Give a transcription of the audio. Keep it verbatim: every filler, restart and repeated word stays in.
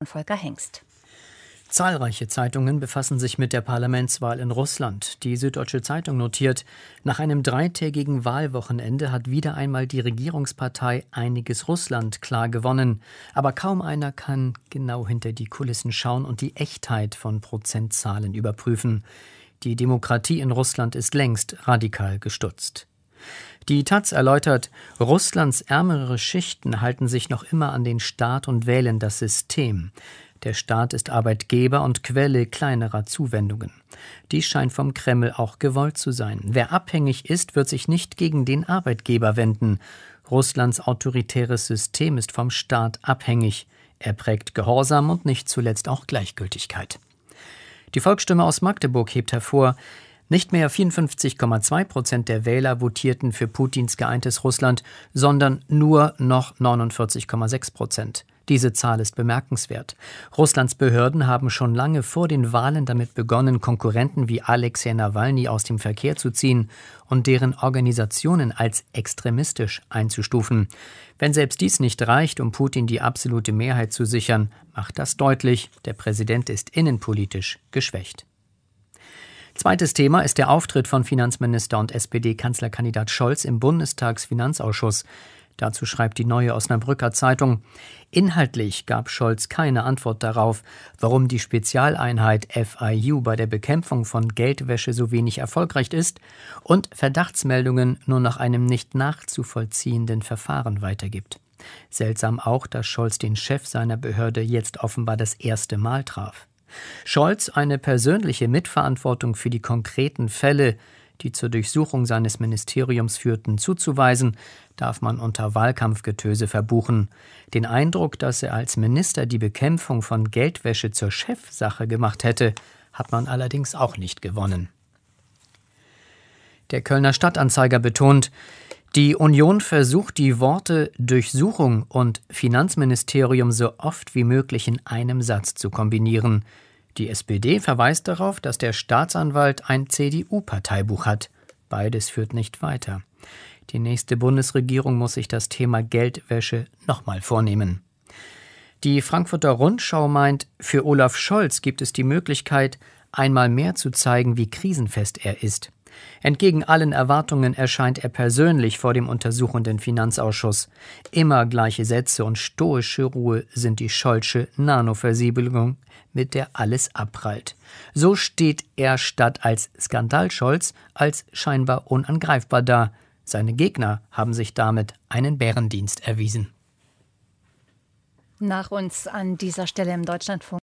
von Volker Hengst. Zahlreiche Zeitungen befassen sich mit der Parlamentswahl in Russland. Die Süddeutsche Zeitung notiert, nach einem dreitägigen Wahlwochenende hat wieder einmal die Regierungspartei Einiges Russland klar gewonnen. Aber kaum einer kann genau hinter die Kulissen schauen und die Echtheit von Prozentzahlen überprüfen. Die Demokratie in Russland ist längst radikal gestutzt. Die Taz erläutert, Russlands ärmere Schichten halten sich noch immer an den Staat und wählen das System. Der Staat ist Arbeitgeber und Quelle kleinerer Zuwendungen. Dies scheint vom Kreml auch gewollt zu sein. Wer abhängig ist, wird sich nicht gegen den Arbeitgeber wenden. Russlands autoritäres System ist vom Staat abhängig. Er prägt Gehorsam und nicht zuletzt auch Gleichgültigkeit. Die Volksstimme aus Magdeburg hebt hervor, nicht mehr vierundfünfzig Komma zwei Prozent der Wähler votierten für Putins geeintes Russland, sondern nur noch neunundvierzig Komma sechs Prozent. Diese Zahl ist bemerkenswert. Russlands Behörden haben schon lange vor den Wahlen damit begonnen, Konkurrenten wie Alexei Nawalny aus dem Verkehr zu ziehen und deren Organisationen als extremistisch einzustufen. Wenn selbst dies nicht reicht, um Putin die absolute Mehrheit zu sichern, macht das deutlich, der Präsident ist innenpolitisch geschwächt. Zweites Thema ist der Auftritt von Finanzminister und S P D-Kanzlerkandidat Scholz im Bundestagsfinanzausschuss. Dazu schreibt die Neue Osnabrücker Zeitung, inhaltlich gab Scholz keine Antwort darauf, warum die Spezialeinheit F I U bei der Bekämpfung von Geldwäsche so wenig erfolgreich ist und Verdachtsmeldungen nur nach einem nicht nachzuvollziehenden Verfahren weitergibt. Seltsam auch, dass Scholz den Chef seiner Behörde jetzt offenbar das erste Mal traf. Scholz eine persönliche Mitverantwortung für die konkreten Fälle, die zur Durchsuchung seines Ministeriums führten, zuzuweisen, darf man unter Wahlkampfgetöse verbuchen. Den Eindruck, dass er als Minister die Bekämpfung von Geldwäsche zur Chefsache gemacht hätte, hat man allerdings auch nicht gewonnen. Der Kölner Stadtanzeiger betont, die Union versucht, die Worte Durchsuchung und Finanzministerium so oft wie möglich in einem Satz zu kombinieren. Die S P D verweist darauf, dass der Staatsanwalt ein C D U-Parteibuch hat. Beides führt nicht weiter. Die nächste Bundesregierung muss sich das Thema Geldwäsche nochmal vornehmen. Die Frankfurter Rundschau meint, für Olaf Scholz gibt es die Möglichkeit, einmal mehr zu zeigen, wie krisenfest er ist. Entgegen allen Erwartungen erscheint er persönlich vor dem untersuchenden Finanzausschuss. Immer gleiche Sätze und stoische Ruhe sind die Scholzsche Nanoversiebelung, mit der alles abprallt. So steht er statt als Skandal-Scholz als scheinbar unangreifbar da. Seine Gegner haben sich damit einen Bärendienst erwiesen. Nach uns an dieser Stelle im Deutschlandfunk